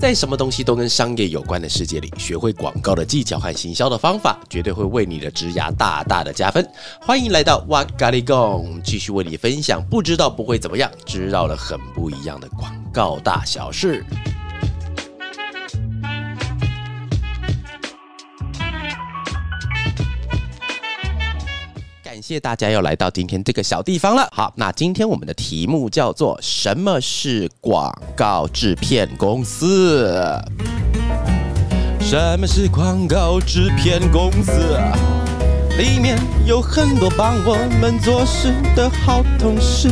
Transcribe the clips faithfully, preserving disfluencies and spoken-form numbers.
在什么东西都跟商业有关的世界里，学会广告的技巧和行销的方法，绝对会为你的职涯大大的加分。欢迎来到哇咖哩贡，继续为你分享不知道不会怎么样，知道了很不一样的广告大小事。感谢大家又来到今天这个小地方了。好，那今天我们的题目叫做什么是广告制片公司？什么是广告制片公司？里面有很多帮我们做事的好同事，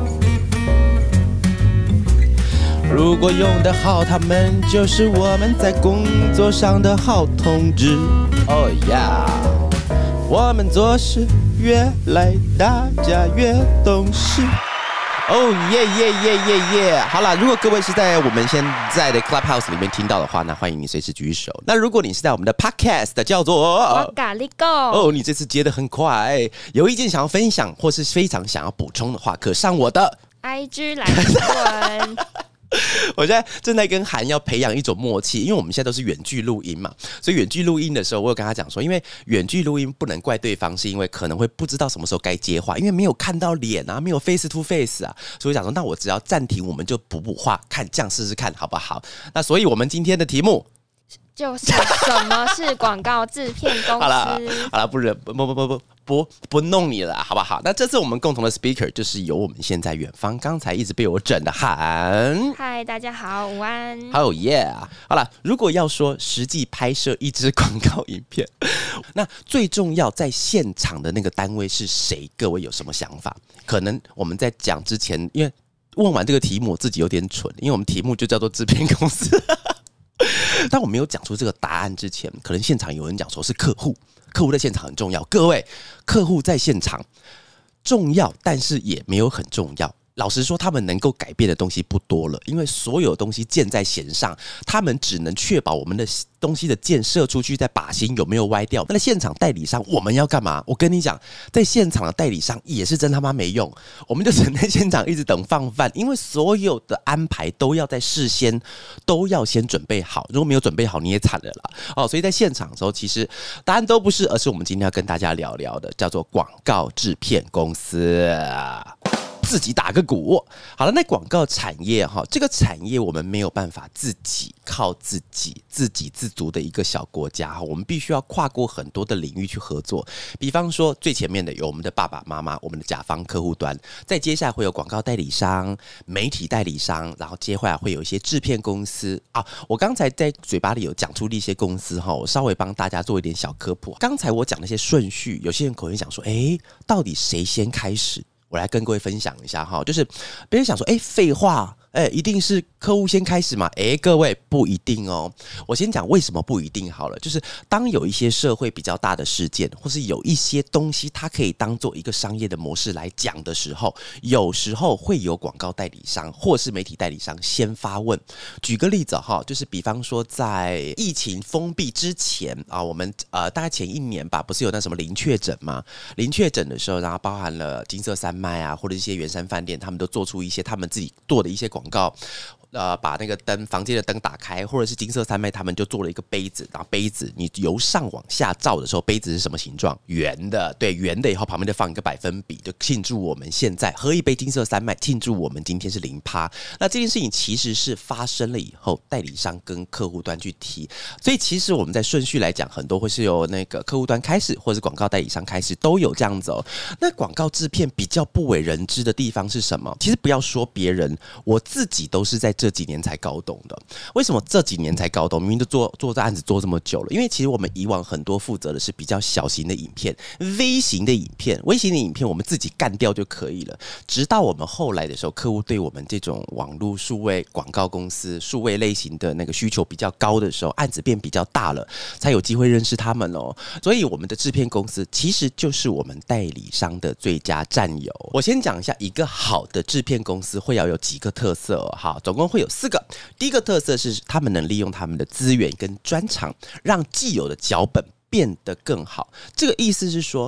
如果用得好，他们就是我们在工作上的好同志。哦呀，我们做事越来大家越懂事。哦耶耶耶耶耶！好啦，如果各位是在我们现在的 Clubhouse 里面听到的话，那欢迎你随时举手。那如果你是在我们的 Podcast 叫做哇咖哩贡哦，你这次接得很快，有意见想要分享或是非常想要补充的话，可上我的 I G 来问。 我现在正在跟韩要培养一种默契，因为我们现在都是远距录音嘛，所以远距录音的时候，我有跟他讲说，因为远距录音不能怪对方，是因为可能会不知道什么时候该接话，因为没有看到脸啊，没有 face to face 啊，所以我想说，那我只要暂停，我们就补补话，看这样试试看好不好？那所以我们今天的题目就是什么是广告制片公司？ 好了好了，不忍不不不不不不弄你了，好不好？那这次我们共同的 speaker 就是由我们现在远方刚才一直被我整的韩。 嗨，大家好，午安。 Oh yeah！ 好了，如果要说实际拍摄一支广告影片，那最重要在现场的那个单位是谁？各位有什么想法？可能我们在讲之前，因为问完这个题目，我自己有点蠢，因为我们题目就叫做制片公司。当我没有讲出这个答案之前，可能现场有人讲说是客户，客户在现场很重要。各位，客户在现场重要，但是也没有很重要。老实说，他们能够改变的东西不多了，因为所有东西箭在弦上，他们只能确保我们的东西的箭射出去，在靶心有没有歪掉。那现场代理商我们要干嘛？我跟你讲，在现场的代理商也是真他妈没用，我们就只能在现场一直等放饭，因为所有的安排都要在事先都要先准备好，如果没有准备好，你也惨了啦。哦，所以在现场的时候，其实答案都不是，而是我们今天要跟大家聊聊的，叫做广告制片公司。自己打个鼓。好了，那广告产业哈，这个产业我们没有办法自己靠自己自给自足的一个小国家，我们必须要跨过很多的领域去合作。比方说最前面的有我们的爸爸妈妈，我们的甲方客户端，再接下来会有广告代理商、媒体代理商，然后接下来会有一些制片公司啊。我刚才在嘴巴里有讲出的一些公司哈，我稍微帮大家做一点小科普。刚才我讲那些顺序，有些人可能想说，哎，到底谁先开始？我来跟各位分享一下哈，就是别人想说，哎，废话，哎，一定是客户先开始嘛？哎，各位不一定哦。我先讲为什么不一定好了，就是当有一些社会比较大的事件，或是有一些东西，它可以当做一个商业的模式来讲的时候，有时候会有广告代理商或是媒体代理商先发问。举个例子哈，就是比方说在疫情封闭之前啊，我们呃大概前一年吧，不是有那什么零确诊吗？零确诊的时候，然后包含了金色三麦啊，或者一些圆山饭店，他们都做出一些他们自己做的一些广告，呃，把那个灯房间的灯打开，或者是金色三妹他们就做了一个杯子，然后杯子你由上往下照的时候，杯子是什么形状？圆的，对，圆的以后旁边就放一个百分比，就庆祝我们现在喝一杯金色三麦，庆祝我们今天是零趴。那这件事情其实是发生了以后，代理商跟客户端去提，所以其实我们在顺序来讲，很多会是由那个客户端开始，或者是广告代理商开始，都有这样子哦。那广告制片比较不为人知的地方是什么？其实不要说别人，我自己都是在这几年才搞懂的。为什么这几年才搞懂？明明就做做这案子做这么久了，因为其实我们以往很多负责的是比较小型的影片、微型的影片、微型的影片，我们自己干掉就可以了。直到我们后来的时候，客户对我们这种网络数位广告公司、数位类型的那个需求比较高的时候，案子变比较大了，才有机会认识他们哦。所以我们的制片公司其实就是我们代理商的最佳战友。我先讲一下一个好的制片公司会要有几个特色哦，好，总共会有四个。第一个特色是他们能利用他们的资源跟专长，让既有的脚本变得更好。这个意思是说，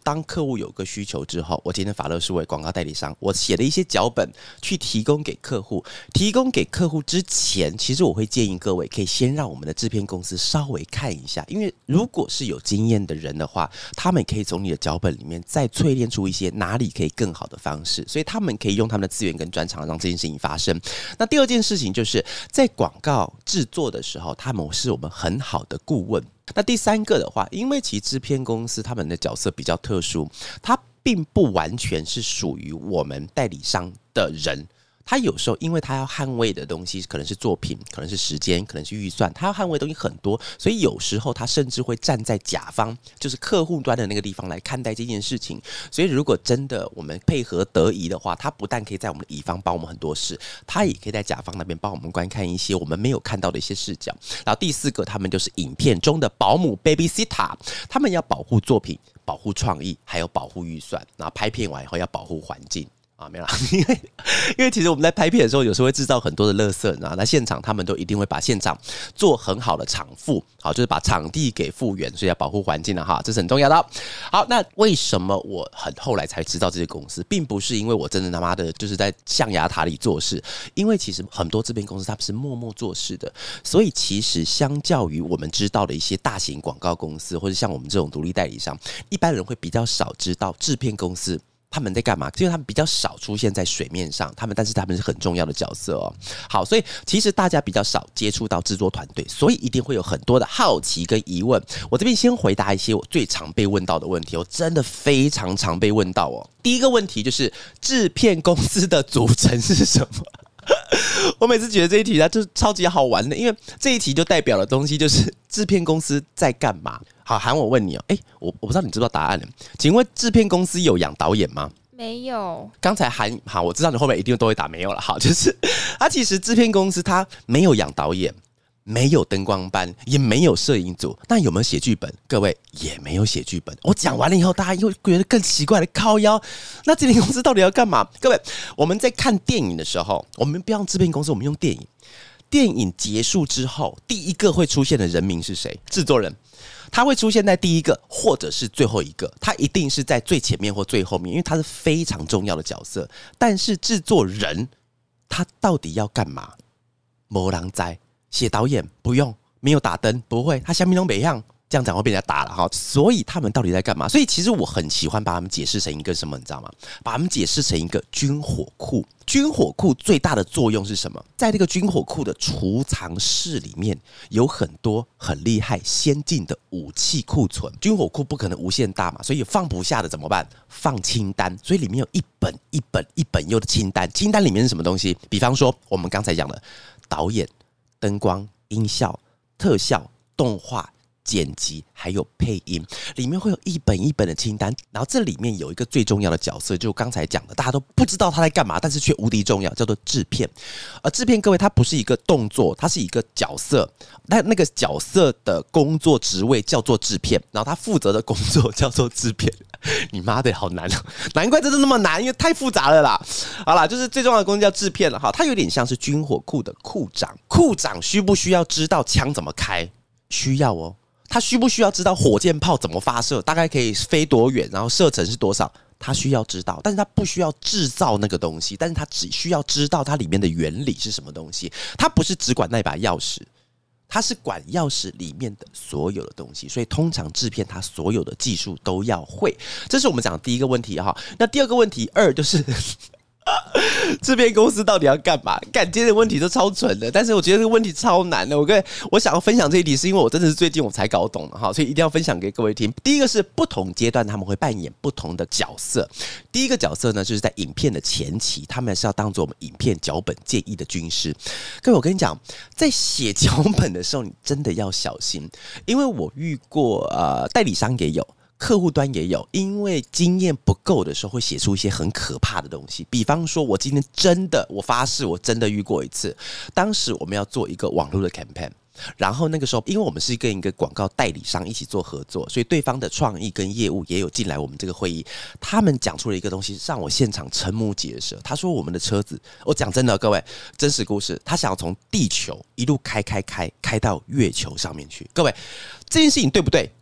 当客户有个需求之后，我今天法乐数位广告代理商，我写了一些脚本去提供给客户。提供给客户之前，其实我会建议各位可以先让我们的制片公司稍微看一下，因为如果是有经验的人的话，他们可以从你的脚本里面再淬炼出一些哪里可以更好的方式，所以他们可以用他们的资源跟专长让这件事情发生。那第二件事情就是在广告制作的时候，他们是我们很好的顾问。那第三个的话，因为其实制片公司他们的角色比较特殊，它并不完全是属于我们代理商的人。他有时候因为他要捍卫的东西可能是作品，可能是时间，可能是预算，他要捍卫的东西很多，所以有时候他甚至会站在甲方，就是客户端的那个地方来看待这件事情。所以如果真的我们配合得宜的话，他不但可以在我们的乙方帮我们很多事，他也可以在甲方那边帮我们观看一些我们没有看到的一些视角。然后第四个，他们就是影片中的保姆 babysitter， 他们要保护作品，保护创意，还有保护预算，然后拍片完以后要保护环境。啊，没有啦，因为因为其实我们在拍片的时候，有时候会制造很多的垃圾，你知道，那现场他们都一定会把现场做很好的场复，好，就是把场地给复原，所以要保护环境了哈，这是很重要的。好，那为什么我很后来才知道这些公司，并不是因为我真的他妈的就是在象牙塔里做事，因为其实很多制片公司他们是默默做事的，所以其实相较于我们知道的一些大型广告公司，或者像我们这种独立代理商，一般人会比较少知道制片公司他们在干嘛？因为他们比较少出现在水面上，他们但是他们是很重要的角色哦。好，所以其实大家比较少接触到制作团队，所以一定会有很多的好奇跟疑问。我这边先回答一些我最常被问到的问题，我真的非常常被问到哦。第一个问题就是制片公司的组成是什么？我每次觉得这一题它就是超级好玩的，因为这一题就代表的东西就是制片公司在干嘛。好，韩我问你哦，哎，我我不知道你知不知道答案呢？请问制片公司有养导演吗？ 没有。 刚才韩好，我知道你后面一定都会打没有了。好，就是它其实制片公司它没有养导演，没有灯光班，也没有摄影组，那有没有写剧本？各位也没有写剧本。我讲完了以后，大家又觉得更奇怪了，靠腰。那制片公司到底要干嘛？各位，我们在看电影的时候，我们不要用制片公司，我们用电影。电影结束之后，第一个会出现的人名是谁？制作人。他会出现在第一个或者是最后一个，他一定是在最前面或最后面，因为他是非常重要的角色。但是制作人他到底要干嘛？没人知。写导演不用，没有打灯不会，他下面都没样。这样讲会被人家打了哈，所以他们到底在干嘛？所以其实我很喜欢把他们解释成一个什么，你知道吗？把他们解释成一个军火库。军火库最大的作用是什么？在这个军火库的储藏室里面，有很多很厉害、先进的武器库存。军火库不可能无限大嘛，所以放不下的怎么办？放清单。所以里面有一本一本一本又的清单。清单里面是什么东西？比方说我们刚才讲的导演、灯光、音效、特效、动画、剪辑还有配音，里面会有一本一本的清单，然后这里面有一个最重要的角色，就刚才讲的，大家都不知道他在干嘛，但是却无敌重要，叫做制片。而制片，各位，它不是一个动作，它是一个角色，那那个角色的工作职位叫做制片，然后他负责的工作叫做制片。你妈的，好难哦！难怪真的那么难，因为太复杂了啦。好啦，就是最重要的工作叫制片了哈，它有点像是军火库的库长。库长需不需要知道枪怎么开？需要哦。他需不需要知道火箭炮怎么发射，大概可以飞多远，然后射程是多少？他需要知道，但是他不需要制造那个东西，但是他只需要知道它里面的原理是什么东西。他不是只管那把钥匙，他是管钥匙里面的所有的东西。所以通常制片他所有的技术都要会。这是我们讲的第一个问题哈。那第二个问题二就是制片公司到底要干嘛？干今天的问题都超蠢的，但是我觉得这个问题超难的。我跟我想要分享这一题，是因为我真的是最近我才搞懂的哈，所以一定要分享给各位听。第一个是不同阶段他们会扮演不同的角色。第一个角色呢，就是在影片的前期，他们是要当做我们影片脚本建议的军师。各位，我跟你讲，在写脚本的时候，你真的要小心，因为我遇过呃代理商也有。客户端也有，因为经验不够的时候，会写出一些很可怕的东西。比方说，我今天真的，我发誓，我真的遇过一次。当时我们要做一个网络的 campaign， 然后那个时候，因为我们是跟一个广告代理商一起做合作，所以对方的创意跟业务也有进来我们这个会议。他们讲出了一个东西，让我现场瞠目结舌。他说，我们的车子，我讲真的，各位，真实故事，他想要从地球一路开开开开到月球上面去。各位，这件事情对不对？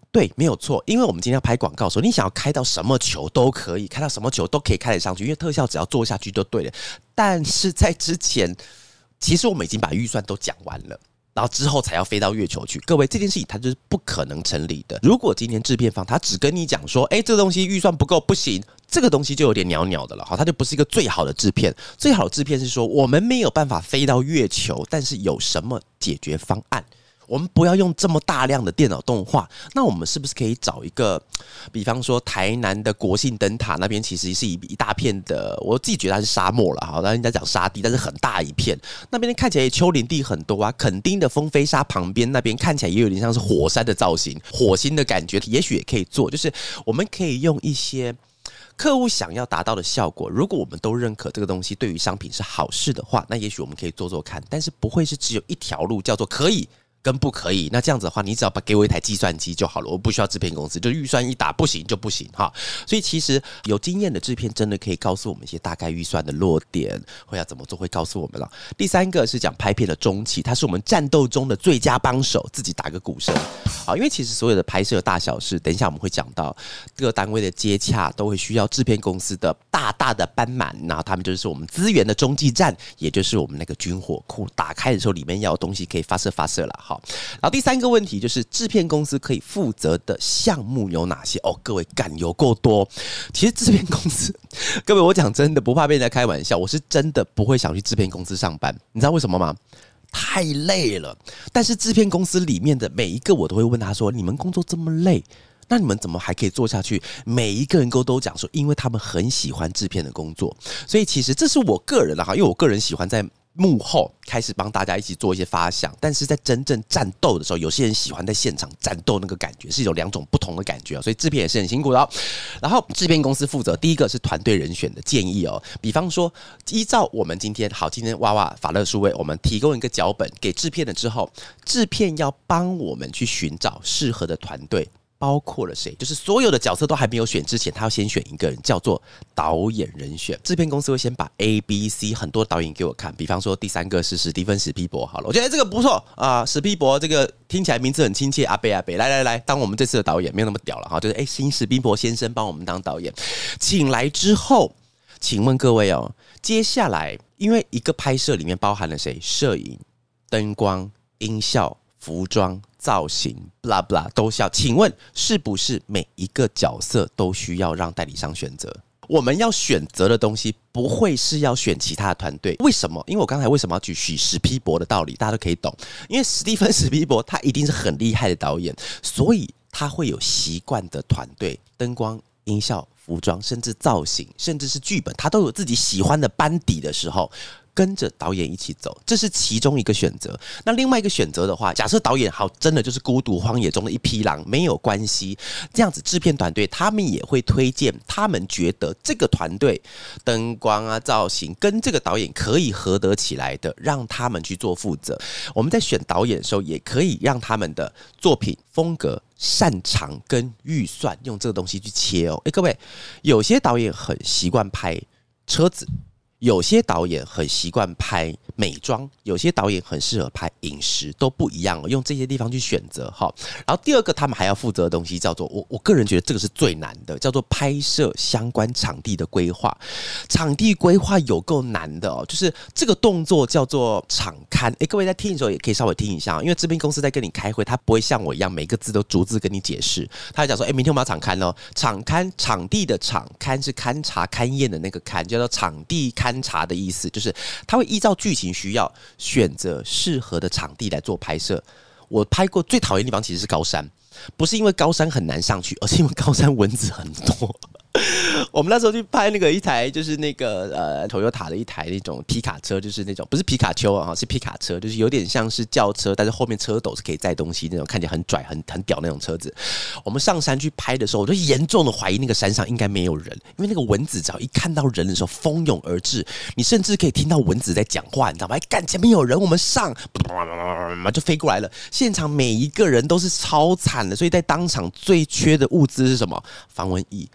对，没有错，因为我们今天要拍广告的时候，你想要开到什么球都可以，开到什么球都可以开得上去，因为特效只要做下去就对了。但是在之前，其实我们已经把预算都讲完了。然后之后才要飞到月球去，各位，这件事情它就是不可能成立的。如果今天制片方他只跟你讲说，哎，这个东西预算不够，不行，这个东西就有点鸟鸟的了，哈，它就不是一个最好的制片。最好的制片是说，我们没有办法飞到月球，但是有什么解决方案？我们不要用这么大量的电脑动画，那我们是不是可以找一个，比方说台南的国信灯塔那边，其实是一一大片的，我自己觉得它是沙漠了，好，人家讲沙地，但是很大一片，那边看起来丘陵地很多啊。垦丁的风飞沙旁边那边看起来也有点像是火山的造型，火星的感觉，也许也可以做，就是我们可以用一些客户想要达到的效果，如果我们都认可这个东西对于商品是好事的话，那也许我们可以做做看，但是不会是只有一条路叫做可以跟不可以。那这样子的话，你只要把给我一台计算机就好了，我不需要制片公司，就预算一打不行就不行哈。所以其实有经验的制片真的可以告诉我们一些大概预算的落点，会要怎么做会告诉我们了。第三个是讲拍片的中期，它是我们战斗中的最佳帮手，自己打个鼓声好，因为其实所有的拍摄大小事，等一下我们会讲到各单位的接洽都会需要制片公司的大大的班满，然后他们就是我们资源的中继站，也就是我们那个军火库，打开的时候里面要有东西可以发射发射了。好，然后第三个问题就是制片公司可以负责的项目有哪些？哦，各位干有够多。其实制片公司，各位我讲真的不怕被人家开玩笑，我是真的不会想去制片公司上班，你知道为什么吗？太累了。但是制片公司里面的每一个我都会问他说，你们工作这么累，那你们怎么还可以做下去？每一个人都讲说，因为他们很喜欢制片的工作。所以其实这是我个人的哈，因为我个人喜欢在幕后开始帮大家一起做一些发想，但是在真正战斗的时候，有些人喜欢在现场战斗，那个感觉是一种两种不同的感觉，所以制片也是很辛苦的哦。然后制片公司负责第一个是团队人选的建议哦，比方说依照我们今天好，今天娃娃法乐数位，我们提供一个脚本给制片了之后，制片要帮我们去寻找适合的团队。包括了谁？就是所有的角色都还没有选之前，他要先选一个人，叫做导演人选。制片公司会先把 A、B、C 很多导演给我看，比方说第三个是史蒂芬·史皮伯，好了，我觉得这个不错啊，史皮伯这个听起来名字很亲切，阿贝阿贝，来来来，当我们这次的导演，没有那么屌了哈，就是哎，新史皮伯先生帮我们当导演，请来之后，请问各位哦，接下来因为一个拍摄里面包含了谁？摄影、灯光、音效、服装。造型 blah blah 都需要，请问是不是每一个角色都需要让代理商选择？我们要选择的东西不会是要选其他的团队，为什么？因为我刚才为什么要举许史皮伯的道理，大家都可以懂。因为史蒂芬·史皮伯他一定是很厉害的导演，所以他会有习惯的团队，灯光、音效、服装，甚至造型，甚至是剧本，他都有自己喜欢的班底的时候。跟着导演一起走，这是其中一个选择。那另外一个选择的话，假设导演好真的就是孤独荒野中的一匹狼，没有关系。这样子制片团队他们也会推荐他们觉得这个团队灯光啊、造型跟这个导演可以合得起来的，让他们去做负责。我们在选导演的时候，也可以让他们的作品风格、擅长跟预算用这个东西去切哦。哎，各位，有些导演很习惯拍车子。有些导演很习惯拍美妆，有些导演很适合拍饮食，都不一样哦。用这些地方去选择哈。然后第二个，他们还要负责的东西叫做我我个人觉得这个是最难的，叫做拍摄相关场地的规划。场地规划有够难的哦，就是这个动作叫做场勘。哎，各位在听的时候也可以稍微听一下，因为制片公司在跟你开会，他不会像我一样每个字都逐字跟你解释。他会讲说，哎，明天我们要场勘哦。场勘，场地的场，勘是勘察勘验的那个勘，叫做场地勘。勘察的意思就是，他会依照剧情需要选择适合的场地来做拍摄。我拍过最讨厌的地方其实是高山，不是因为高山很难上去，而是因为高山蚊子很多。我们那时候去拍那个一台就是那个呃 Toyota 的一台那种皮卡车，就是那种不是皮卡丘啊，是皮卡车，就是有点像是轿车，但是后面车斗是可以载东西那种，看起来很拽很很屌那种车子。我们上山去拍的时候，我就严重的怀疑那个山上应该没有人，因为那个蚊子只要一看到人的时候蜂拥而至，你甚至可以听到蚊子在讲话，你知道吗？哎，干前面有人，我们上，就飞过来了。现场每一个人都是超惨的，所以在当场最缺的物资是什么？防蚊液。我几乎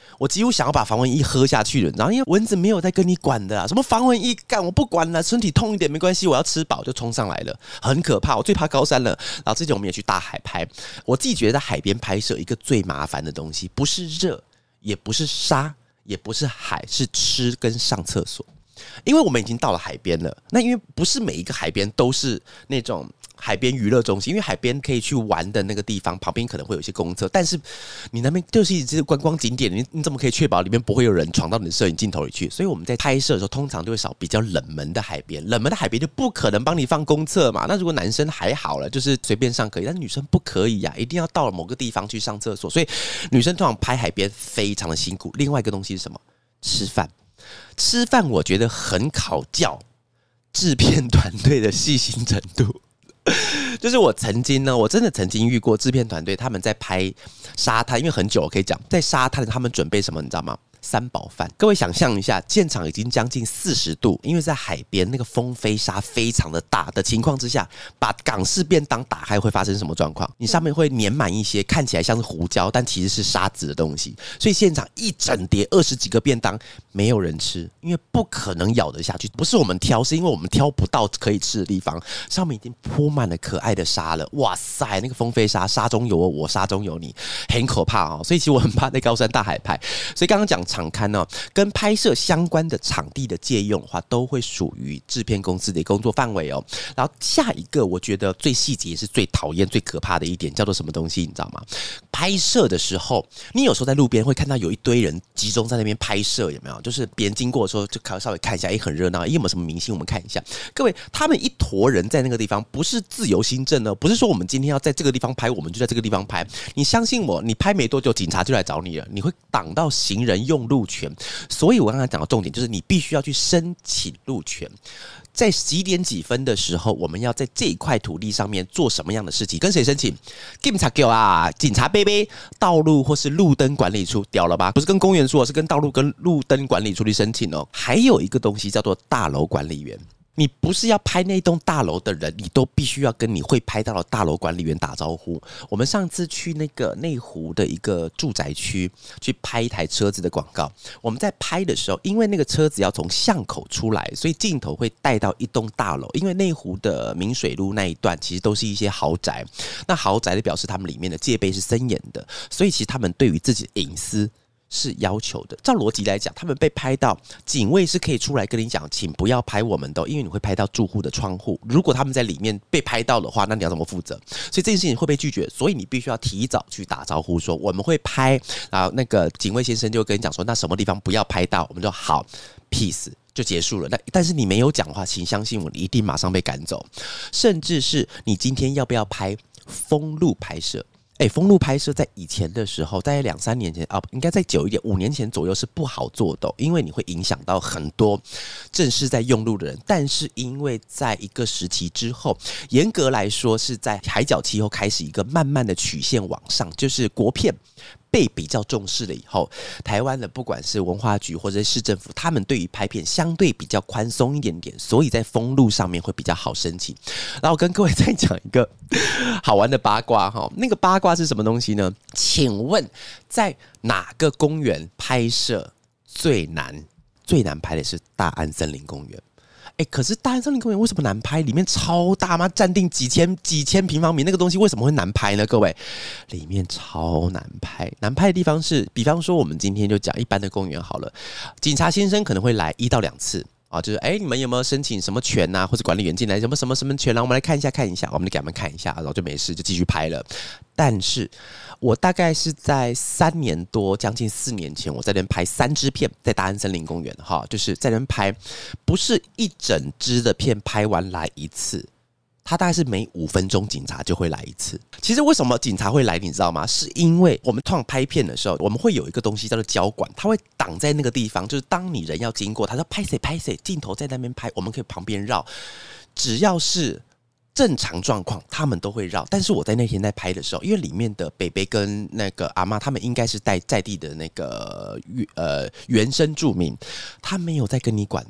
几乎想要把防蚊液喝下去了，然后因为蚊子没有在跟你管的啊，什么防蚊液干我不管了，身体痛一点没关系，我要吃饱就冲上来了，很可怕。我最怕高山了。然后之前我们也去大海拍，我自己觉得在海边拍摄一个最麻烦的东西，不是热，也不是沙，也不是海，是吃跟上厕所。因为我们已经到了海边了，那因为不是每一个海边都是那种海边娱乐中心，因为海边可以去玩的那个地方旁边可能会有一些公厕，但是你那边就是一直观光景点， 你, 你怎么可以确保里面不会有人闯到你的摄影镜头里去？所以我们在拍摄的时候通常就会找比较冷门的海边，冷门的海边就不可能帮你放公厕嘛。那如果男生还好了，就是随便上可以，但女生不可以呀、啊，一定要到了某个地方去上厕所。所以女生通常拍海边非常的辛苦。另外一个东西是什么？吃饭。吃饭我觉得很考教制片团队的细心程度。就是我曾经呢，我真的曾经遇过制片团队，他们在拍沙滩，因为很久我可以讲，在沙滩他们准备什么，你知道吗？三宝饭。各位想象一下，现场已经将近四十度，因为在海边那个风飞沙非常的大的情况之下，把港式便当打开会发生什么状况？你上面会粘满一些看起来像是胡椒，但其实是沙子的东西。所以现场一整碟二十几个便当，没有人吃，因为不可能咬得下去。不是我们挑，是因为我们挑不到可以吃的地方，上面已经铺满了可爱的沙了。哇塞，那个风飞沙，沙中有我，我沙中有你，很可怕哦。所以其实我很怕在高山大海拍。所以刚刚讲场勘呢，跟拍摄相关的场地的借用的话，都会属于制片公司的工作范围哦。然后下一个，我觉得最细节也是最讨厌、最可怕的一点，叫做什么东西？你知道吗？拍摄的时候，你有时候在路边会看到有一堆人集中在那边拍摄，有没有？就是别人经过的时候，就稍微看一下，哎，很热闹。有没有什么明星？我们看一下。各位，他们一坨人在那个地方，不是自由心证呢，不是说我们今天要在这个地方拍，我们就在这个地方拍。你相信我，你拍没多久，警察就来找你了，你会挡到行人用路权。所以我刚才讲的重点就是，你必须要去申请路权。在几点几分的时候，我们要在这一块土地上面做什么样的事情？跟谁申请？警察给啊，警察贝贝，道路或是路灯管理处，屌了吧？不是跟公园处，是跟道路跟路灯管理处去申请哦。还有一个东西叫做大楼管理员。你不是要拍那栋大楼的人，你都必须要跟你会拍到的大楼管理员打招呼。我们上次去那个内湖的一个住宅区去拍一台车子的广告，我们在拍的时候，因为那个车子要从巷口出来，所以镜头会带到一栋大楼。因为内湖的明水路那一段其实都是一些豪宅，那豪宅的表示他们里面的戒备是森严的，所以其实他们对于自己的隐私是要求的。照逻辑来讲，他们被拍到，警卫是可以出来跟你讲，请不要拍我们的，因为你会拍到住户的窗户。如果他们在里面被拍到的话，那你要怎么负责？所以这件事情会被拒绝，所以你必须要提早去打招呼说我们会拍，然后那个警卫先生就会跟你讲说，那什么地方不要拍到，我们就好 peace。就结束了。那但是你没有讲话，请相信我，你一定马上被赶走。甚至是你今天要不要拍封路拍摄？哎，封路拍摄在以前的时候，大概两三年前啊，应该再久一点，五年前左右是不好做的、哦，因为你会影响到很多正式在用路的人。但是因为在一个时期之后，严格来说是在海角气候开始一个慢慢的曲线往上，就是国片被比较重视了以后，台湾的不管是文化局或者是市政府，他们对于拍片相对比较宽松一点点，所以在封路上面会比较好申请。然后我跟各位再讲一个好玩的八卦哈，那个八卦是什么东西呢？请问在哪个公园拍摄最难？最难拍的是大安森林公园。哎，可是大安森林公园为什么难拍？里面超大吗？占定几千几千平方米，那个东西为什么会难拍呢？各位，里面超难拍。难拍的地方是，比方说我们今天就讲一般的公园好了，警察先生可能会来一到两次。啊，就是哎，你们有没有申请什么权啊，或者管理员进来什么什么什么权啊？我们来看一下看一下，我们就给他们看一下，然后就没事，就继续拍了。但是我大概是在三年多，将近四年前，我在那边拍三支片，在大安森林公园哈，就是在那边拍，不是一整支的片拍完来一次。他大概是每五分钟警察就会来一次。其实为什么警察会来你知道吗？是因为我们通常拍片的时候，我们会有一个东西叫做交管，它会挡在那个地方，就是当你人要经过，他说拍谁拍谁，镜头在那边拍，我们可以旁边绕，只要是正常状况他们都会绕。但是我在那天在拍的时候，因为里面的北北跟那个阿嬷他们应该是在在地的那个呃原生住民，他没有在跟你管的，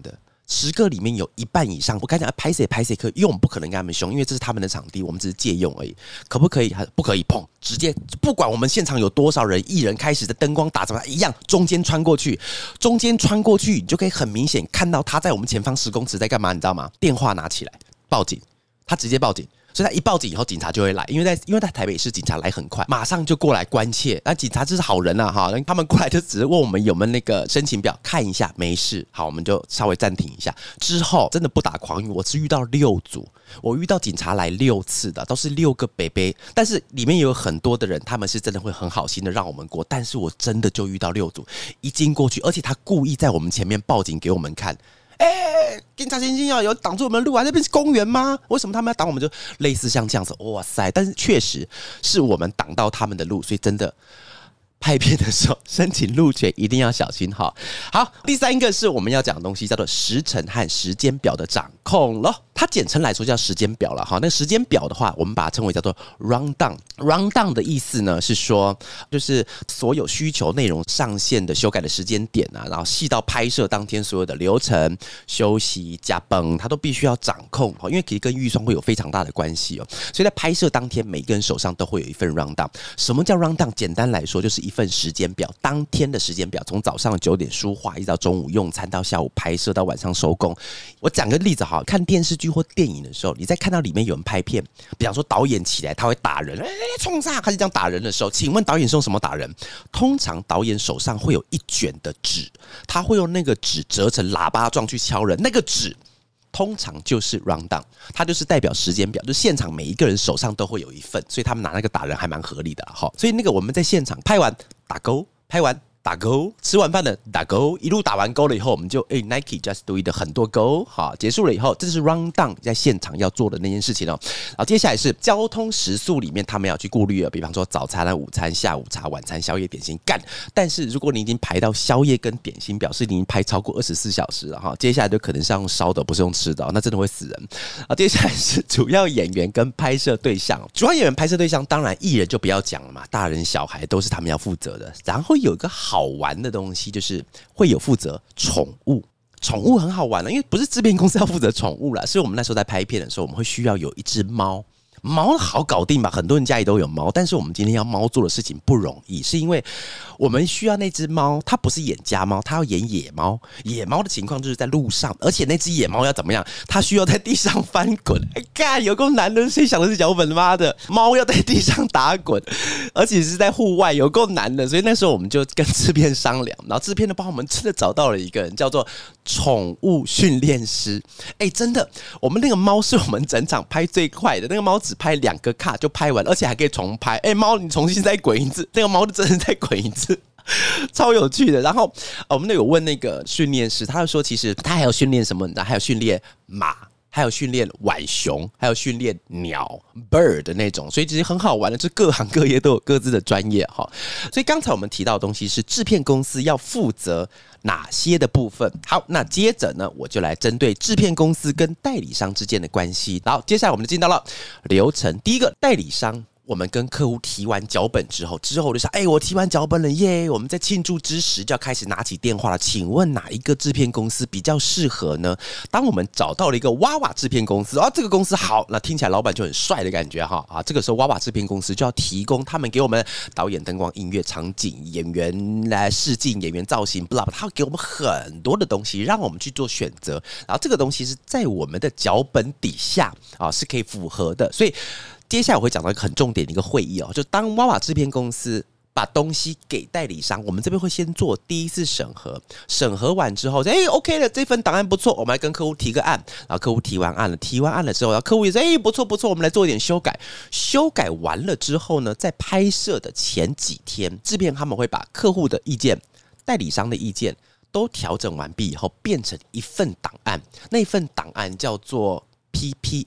十个里面有一半以上，我刚才讲拍谁拍谁可以，因为我们不可能跟他们凶，因为这是他们的场地，我们只是借用而已。可不可以？不可以碰，直接不管我们现场有多少人，艺人开始的灯光打怎么一样，中间穿过去，中间穿过去，你就可以很明显看到他在我们前方十公尺在干嘛，你知道吗？电话拿起来报警，他直接报警。所以他一报警以后，警察就会来，因为在因为在台北市，警察来很快，马上就过来关切。那警察就是好人啊，哈，他们过来就只是问我们有没有那个申请表，看一下，没事，好，我们就稍微暂停一下。之后真的不打诳语，我是遇到六组，我遇到警察来六次的，都是六个北北，但是里面有很多的人，他们是真的会很好心的让我们过，但是我真的就遇到六组，一经过去，而且他故意在我们前面报警给我们看。哎、欸，警察先生要有挡住我们的路啊！那边是公园吗？为什么他们要挡我们？就类似像这样子，哇塞！但是确实是我们挡到他们的路，所以真的拍片的时候申请路权一定要小心哈。好，第三个是我们要讲的东西，叫做时程和时间表的掌控咯。它简称来说叫时间表了哈。那时间表的话，我们把它称为叫做 rundown。rundown 的意思呢是说，就是所有需求内容上线的修改的时间点啊，然后细到拍摄当天所有的流程、休息、加崩，它都必须要掌控，因为其实跟预算会有非常大的关系哦。所以在拍摄当天，每个人手上都会有一份 rundown。什么叫 rundown？ 简单来说，就是一份时间表，当天的时间表，从早上九点书画，一直到中午用餐，到下午拍摄，到晚上收工。我讲个例子哈，看电视剧或电影的时候，你在看到里面有人拍片，比方说导演起来他会打人，哎、欸，冲上开始这样打人的时候，请问导演是用什么打人？通常导演手上会有一卷的纸，他会用那个纸折成喇叭状去敲人，那个纸通常就是 rundown， 它就是代表时间表，就现场每一个人手上都会有一份，所以他们拿那个打人还蛮合理的哈。所以那个我们在现场拍完打勾，拍完打勾，吃完饭的打勾，一路打完勾了以后，我们就哎、欸、Nike Just Do It 的很多勾，好，结束了以后，这是 rundown 在现场要做的那件事情哦。然后接下来是交通时速里面他们要去顾虑的，比方说早餐啊、午餐、下午茶、晚餐、宵夜、点心干。但是如果你已经排到宵夜跟点心，表示你已经排超过二十四小时了哈。接下来就可能是用烧的，不是用吃的、哦，那真的会死人。啊，接下来是主要演员跟拍摄对象，主要演员、拍摄对象，当然艺人就不要讲了嘛，大人小孩都是他们要负责的。然后有一个好玩的东西，就是会有负责宠物。宠物很好玩了，因为不是制片公司要负责宠物啦，是我们那时候在拍片的时候，我们会需要有一只猫。猫好搞定吧，很多人家里都有猫，但是我们今天要猫做的事情不容易，是因为我们需要那只猫，它不是演家猫，它要演野猫。野猫的情况就是在路上，而且那只野猫要怎么样？它需要在地上翻滚。哎，干，有够难的，谁想的是脚本？妈的，猫要在地上打滚，而且是在户外，有够难的。所以那时候我们就跟制片商量，然后制片就帮我们真的找到了一个人，叫做宠物训练师。哎，真的，我们那个猫是我们整场拍最快的，那个猫只拍两个卡就拍完，而且还可以重拍。哎、欸，猫你重新再滚一次，那个猫就真的再滚一次，超有趣的。然后我们那有问那个训练师，他就说其实他还有训练什么呢？还有训练马。还有训练浣熊，还有训练鸟 bird 的那种，所以其实很好玩的，就是各行各业都有各自的专业哈。所以刚才我们提到的东西是制片公司要负责哪些的部分。好，那接着呢，我就来针对制片公司跟代理商之间的关系。好，接下来我们就进到了流程。第一个，代理商。我们跟客户提完脚本之后，之后我就想，哎、欸，我提完脚本了耶！我们在庆祝之时就要开始拿起电话了。请问哪一个制片公司比较适合呢？当我们找到了一个娃娃制片公司，啊，这个公司好，那听起来老板就很帅的感觉哈啊！这个时候娃娃制片公司就要提供他们给我们导演、灯光、音乐、场景、演员来试镜、演员造型，不啦，他给我们很多的东西，让我们去做选择。然后这个东西是在我们的脚本底下啊，是可以符合的，所以。接下来我会讲到一个很重点的一个会议哦，就当娃娃制片公司把东西给代理商，我们这边会先做第一次审核，审核完之后，哎、欸、，OK 了，这份档案不错，我们来跟客户提个案，然后客户提完案了，提完案了之后，然后客户也说，哎、欸，不错不错，我们来做一点修改。修改完了之后呢，在拍摄的前几天，制片他们会把客户的意见、代理商的意见都调整完毕以后，变成一份档案，那份档案叫做 P P M。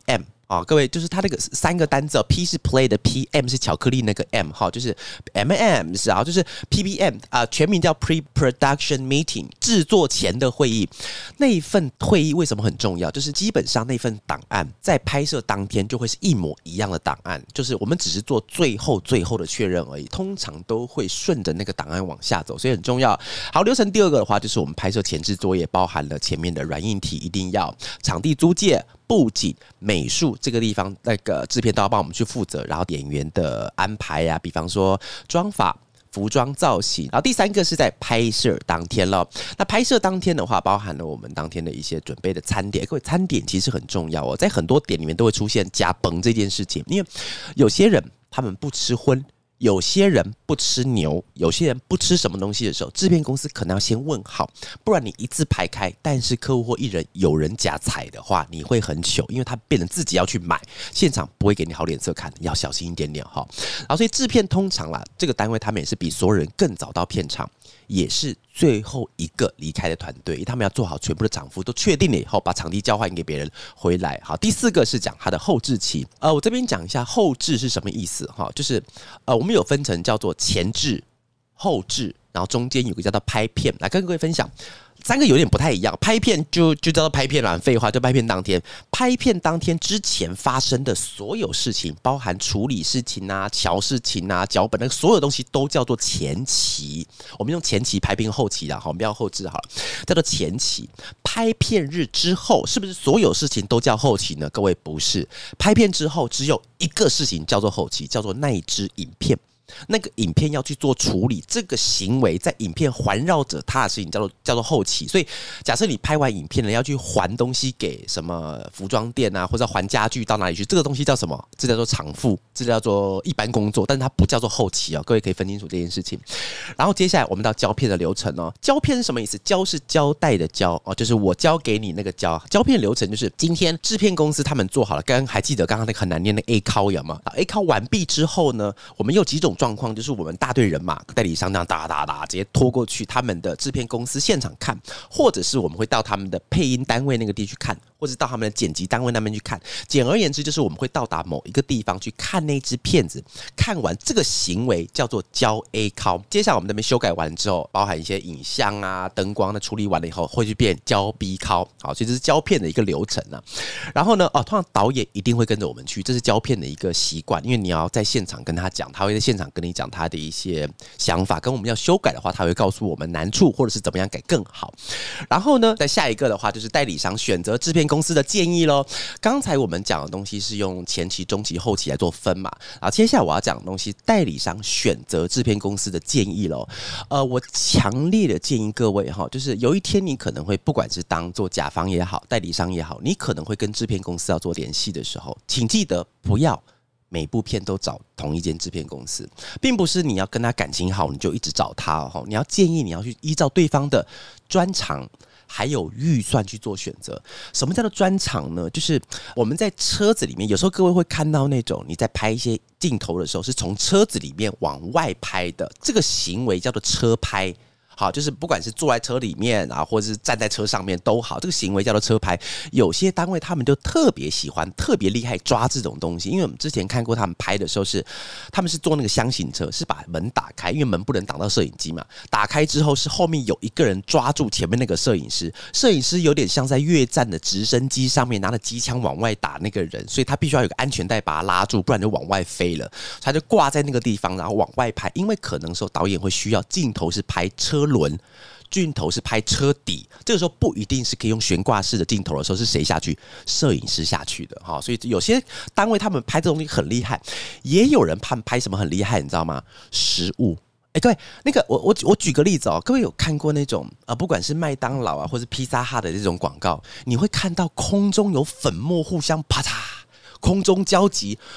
哦，各位，就是它那个三个单字、哦、P 是 play 的 P，M 是巧克力那个 M 哈、哦，就是 M M 是啊，就是 P P M 啊、呃，全名叫 Pre-Production Meeting， 制作前的会议。那一份会议为什么很重要？就是基本上那份档案在拍摄当天就会是一模一样的档案，就是我们只是做最后最后的确认而已，通常都会顺着那个档案往下走，所以很重要。好，流程第二个的话，就是我们拍摄前置作业，包含了前面的软硬体一定要，场地租借、布景、美术这个地方，那个制片都要帮我们去负责，然后演员的安排啊，比方说妆发、服装造型，然后第三个是在拍摄当天了。那拍摄当天的话，包含了我们当天的一些准备的餐点。各位，餐点其实很重要哦，在很多点里面都会出现加崩这件事情，因为有些人他们不吃荤。有些人不吃牛，有些人不吃什么东西的时候，制片公司可能要先问好，不然你一字排开，但是客户或艺人有人夹菜的话，你会很糗，因为他变成自己要去买，现场不会给你好脸色看，要小心一点点哈。然后所以制片通常啦，这个单位他们也是比所有人更早到片场，也是最后一个离开的团队，因为他们要做好全部的场服都确定了以后，把场地交换给别人回来。好，第四个是讲他的后制期。呃，我这边讲一下后制是什么意思哈，就是呃，我们有分成叫做前制、后制，然后中间有个叫做拍片，来跟各位分享。三个有点不太一样，拍片就就叫做拍片啦，废话，就拍片当天。拍片当天之前发生的所有事情，包含处理事情啊、调事情啊、脚本，那个所有东西都叫做前期。我们用前期拍片后期啦，好，我们不要后制好了，叫做前期。拍片日之后，是不是所有事情都叫后期呢？各位不是，拍片之后只有一个事情叫做后期，叫做那一支影片。那个影片要去做处理，这个行为在影片环绕着它的事情叫做叫做后期。所以，假设你拍完影片了，要去还东西给什么服装店啊，或者还家具到哪里去，这个东西叫什么？这叫做场付，这叫做一般工作，但是它不叫做后期哦。各位可以分清楚这件事情。然后接下来我们到胶片的流程哦。胶片是什么意思？胶是胶带的胶哦，就是我交给你那个胶。胶片流程就是今天制片公司他们做好了，刚刚还记得刚刚那个很难念的 A 拷有吗 ？A 拷完毕之后呢，我们有几种状况，就是我们大队人马代理商这样打打打直接拖过去他们的制片公司现场看，或者是我们会到他们的配音单位那个地区看，或者到他们的剪辑单位那边去看。简而言之，就是我们会到达某一个地方去看那支片子，看完这个行为叫做交 A 拷。接下来我们那边修改完之后，包含一些影像啊、灯光的处理完了以后，会去变交 B 拷。好，所以这是胶片的一个流程啊。然后呢，哦，通常导演一定会跟着我们去，这是胶片的一个习惯，因为你要在现场跟他讲，他会在现场跟你讲他的一些想法，跟我们要修改的话，他会告诉我们难处或者是怎么样改更好。然后呢，在下一个的话就是代理商选择制片公司的建议咯。刚才我们讲的东西是用前期、中期、后期来做分嘛，然后接下来我要讲的东西，代理商选择制片公司的建议咯。呃，我强烈的建议各位哈，就是有一天你可能会不管是当做甲方也好，代理商也好，你可能会跟制片公司要做联系的时候，请记得不要每部片都找同一间制片公司，并不是你要跟他感情好你就一直找他哦。你要建议你要去依照对方的专长还有预算去做选择。什么叫做专长呢？就是我们在车子里面，有时候各位会看到那种你在拍一些镜头的时候，是从车子里面往外拍的，这个行为叫做车拍。好，就是不管是坐在车里面啊，或者是站在车上面都好，这个行为叫做车拍。有些单位他们就特别喜欢、特别厉害抓这种东西，因为我们之前看过他们拍的时候是，他们是坐那个厢型车，是把门打开，因为门不能挡到摄影机嘛。打开之后是后面有一个人抓住前面那个摄影师，摄影师有点像在越战的直升机上面拿着机枪往外打那个人，所以他必须要有个安全带把他拉住，不然就往外飞了。他就挂在那个地方，然后往外拍，因为可能时候导演会需要镜头是拍车轮，镜头是拍车底，这个时候不一定是可以用悬挂式的镜头的时候，是谁下去？摄影师下去的哈。所以有些单位他们拍这东西很厉害，也有人拍拍什么很厉害，你知道吗？食物。哎，各位，那个我我我举个例子哦，各位有看过那种呃，不管是麦当劳啊，或是披萨哈的这种广告，你会看到空中有粉末互相啪嚓。空中交集，或是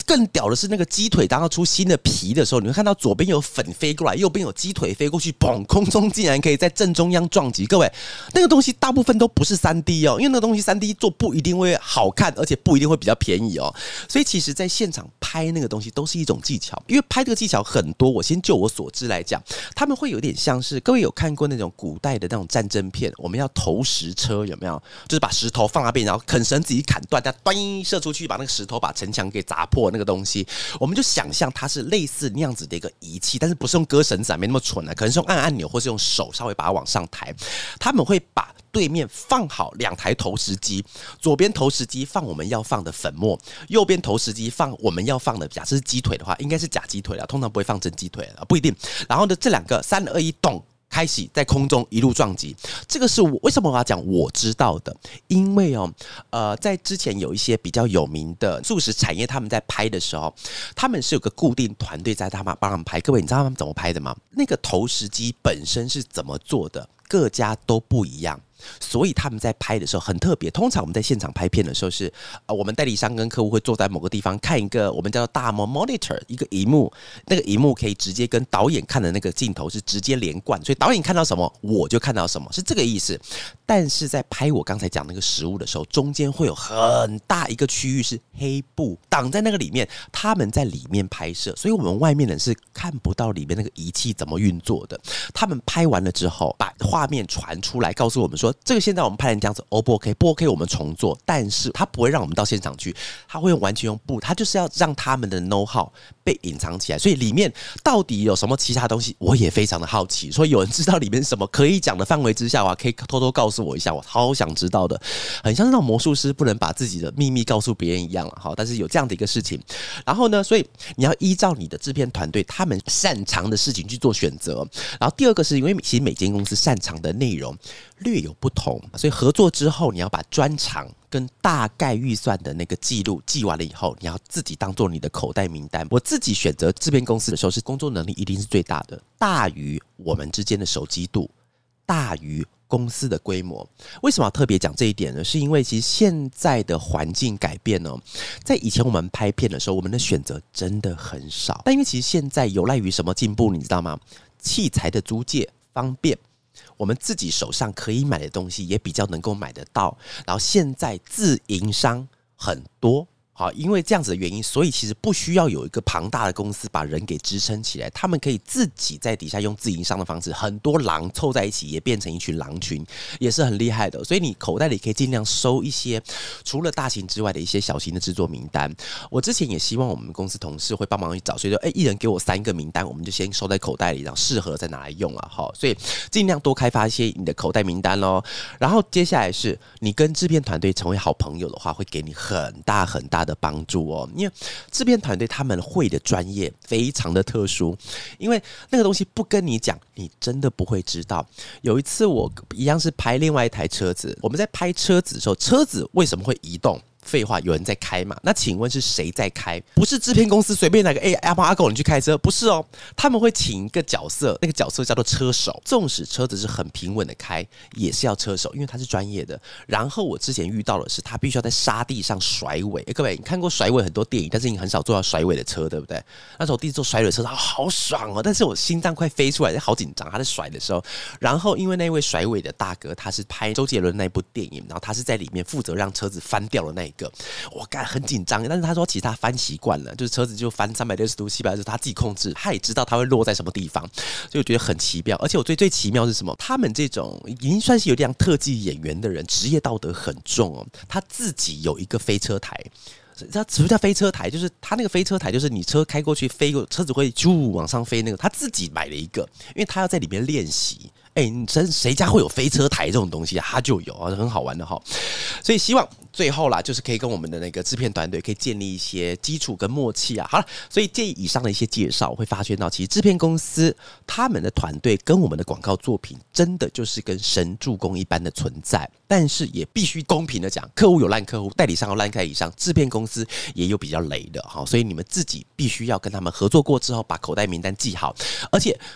更屌的是那个鸡腿，当它出新的皮的时候，你会看到左边有粉飞过来，右边有鸡腿飞过去，砰，空中竟然可以在正中央撞击。各位，那个东西大部分都不是 三 D 哦，因为那个东西 三 D 做不一定会好看，而且不一定会比较便宜哦。所以其实在现场拍那个东西都是一种技巧，因为拍这个技巧很多。我先就我所知来讲，他们会有点像是各位有看过那种古代的那种战争片，我们要投石车有没有？就是把石头放那边，然后啃绳子一砍断，它端射出去，把那个石头把城墙给砸破那个东西，我们就想象它是类似那样子的一个仪器，但是不是用割绳子啊，没那么蠢啊，可能是用按按钮或是用手稍微把它往上抬。他们会把对面放好两台投石机，左边投石机放我们要放的粉末，右边投石机放我们要放的，假设是鸡腿的话，应该是假鸡腿啦，通常不会放真鸡腿啦，不一定。然后呢，这两个三二一动。开始在空中一路撞击，这个是我为什么我要讲我知道的？因为哦，呃，在之前有一些比较有名的素食产业，他们在拍的时候，他们是有个固定团队在他们帮他们拍。各位，你知道他们怎么拍的吗？那个投石机本身是怎么做的？各家都不一样。所以他们在拍的时候很特别，通常我们在现场拍片的时候是，呃，我们代理商跟客户会坐在某个地方看一个我们叫做大幕 monitor 一个萤幕，那个萤幕可以直接跟导演看的那个镜头是直接连贯，所以导演看到什么我就看到什么，是这个意思。但是在拍我刚才讲那个食物的时候，中间会有很大一个区域是黑布挡在那个里面，他们在里面拍摄，所以我们外面人是看不到里面那个仪器怎么运作的。他们拍完了之后，把画面传出来，告诉我们说。这个现在我们拍成这样子 ，O 不 OK？ 不 OK， 我们重做。但是他不会让我们到现场去，他会用完全用布，他就是要让他们的 know how 被隐藏起来。所以里面到底有什么其他东西，我也非常的好奇。所以有人知道里面是什么，可以讲的范围之下，可以偷偷告诉我一下，我好想知道的。很像是那种魔术师不能把自己的秘密告诉别人一样了，但是有这样的一个事情。然后呢，所以你要依照你的制片团队他们擅长的事情去做选择。然后第二个是因为其实每间公司擅长的内容略有不同，所以合作之后，你要把专长跟大概预算的那个记录记完了以后，你要自己当做你的口袋名单。我自己选择制片公司的时候，是工作能力一定是最大的，大于我们之间的熟悉度，大于公司的规模。为什么要特别讲这一点呢？是因为其实现在的环境改变呢，在以前我们拍片的时候，我们的选择真的很少。但因为其实现在有赖于什么进步，你知道吗？器材的租借方便。我们自己手上可以买的东西也比较能够买得到，然后现在自营商很多。好，因为这样子的原因，所以其实不需要有一个庞大的公司把人给支撑起来，他们可以自己在底下用自营商的方式，很多狼凑在一起也变成一群狼群，也是很厉害的。所以你口袋里可以尽量收一些除了大型之外的一些小型的制作名单。我之前也希望我们公司同事会帮忙去找，所以说，哎，一人给我三个名单，我们就先收在口袋里，然后适合再拿来用了哈。所以尽量多开发一些你的口袋名单咯。然后接下来是你跟制片团队成为好朋友的话，会给你很大很大的帮助哦，因为制片团队他们会的专业非常的特殊，因为那个东西不跟你讲，你真的不会知道。有一次我一样是拍另外一台车子，我们在拍车子的时候，车子为什么会移动？废话，有人在开嘛？那请问是谁在开？不是制片公司随便哪个哎阿猫阿狗你去开车，不是哦，他们会请一个角色，那个角色叫做车手。纵使车子是很平稳的开，也是要车手，因为他是专业的。然后我之前遇到的是，他必须要在沙地上甩尾。哎，各位，你看过甩尾很多电影，但是你很少坐到甩尾的车，对不对？那时候我第一次坐甩尾的车，好爽哦！但是我心脏快飞出来，好紧张。他在甩的时候，然后因为那位甩尾的大哥，他是拍周杰伦那部电影，然后他是在里面负责让车子翻掉的那一。我干很紧张，但是他说其实他翻习惯了，就是车子就翻三百六十度、七百度，他自己控制，他也知道他会落在什么地方，所以我觉得很奇妙。而且我最最奇妙是什么？他们这种已经算是有点像特技演员的人，职业道德很重哦。他自己有一个飞车台。它什么叫飞车台？就是他那个飞车台，就是你车开过去，飞过车子会啾往上飞那个，他自己买了一个，因为他要在里面练习。哎、欸，你真谁家会有飞车台这种东西啊？他就有啊，很好玩的哈。所以希望最后啦，就是可以跟我们的那个制片团队可以建立一些基础跟默契啊。好了，所以介以上的一些介绍，我会发现到，其实制片公司他们的团队跟我们的广告作品，真的就是跟神助攻一般的存在。但是也必须公平的讲，客户有烂客户，代理商有烂代理商，制片公司也有比较雷的哈。所以你们自己必须要跟他们合作过之后，把口袋名单记好，而且。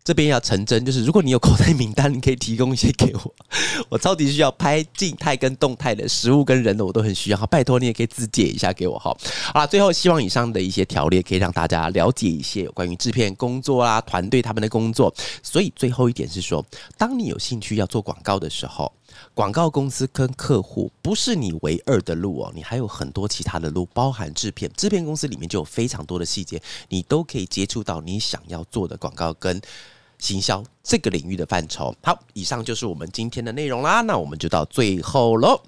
这边要成真，就是如果你有口袋名单，你可以提供一些给我，我超级需要拍静态跟动态的实物跟人的，我都很需要。拜托你也可以自介一下给我哈。好啦，最后希望以上的一些条列可以让大家了解一些有关于制片工作啦、团队他们的工作。所以最后一点是说，当你有兴趣要做广告的时候，广告公司跟客户不是你唯二的路哦，你还有很多其他的路，包含制片。制片公司里面就有非常多的细节，你都可以接触到你想要做的广告跟行销这个领域的范畴。好，以上就是我们今天的内容啦，那我们就到最后咯。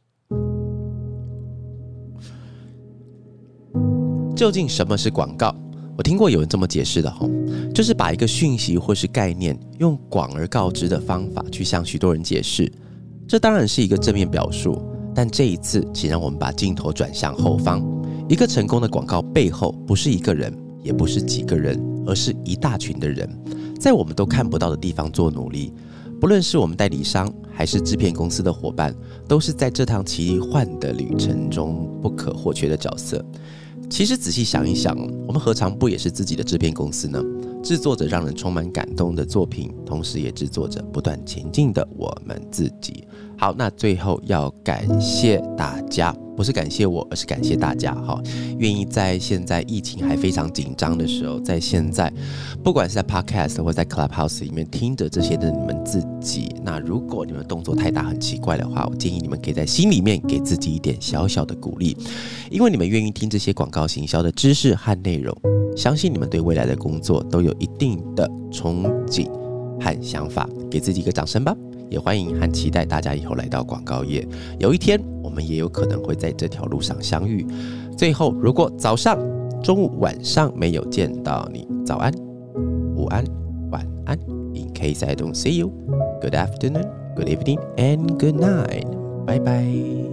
究竟什么是广告？我听过有人这么解释的吼，就是把一个讯息或是概念用广而告之的方法去向许多人解释。这当然是一个正面表述，但这一次请让我们把镜头转向后方。一个成功的广告背后不是一个人，也不是几个人，而是一大群的人，在我们都看不到的地方做努力。不论是我们代理商还是制片公司的伙伴，都是在这趟奇幻的旅程中不可或缺的角色。其实仔细想一想，我们何尝不也是自己的制片公司呢？制作着让人充满感动的作品，同时也制作着不断前进的我们自己。好，那最后要感谢大家，不是感谢我，而是感谢大家哈，愿意在现在疫情还非常紧张的时候，在现在不管是在 Podcast 或在 Clubhouse 里面听着这些的你们自己。那如果你们动作太大很奇怪的话，我建议你们可以在心里面给自己一点小小的鼓励，因为你们愿意听这些广告行销的知识和内容，相信你们对未来的工作都有一定的憧憬和想法，给自己一个掌声吧。也欢迎和期待大家以后来到广告业，有一天我们也有可能会在这条路上相遇。最后，如果早上、中午、晚上没有见到你，早安、午安、晚安。In case I don't see you, good afternoon, good evening, and good night. Bye bye.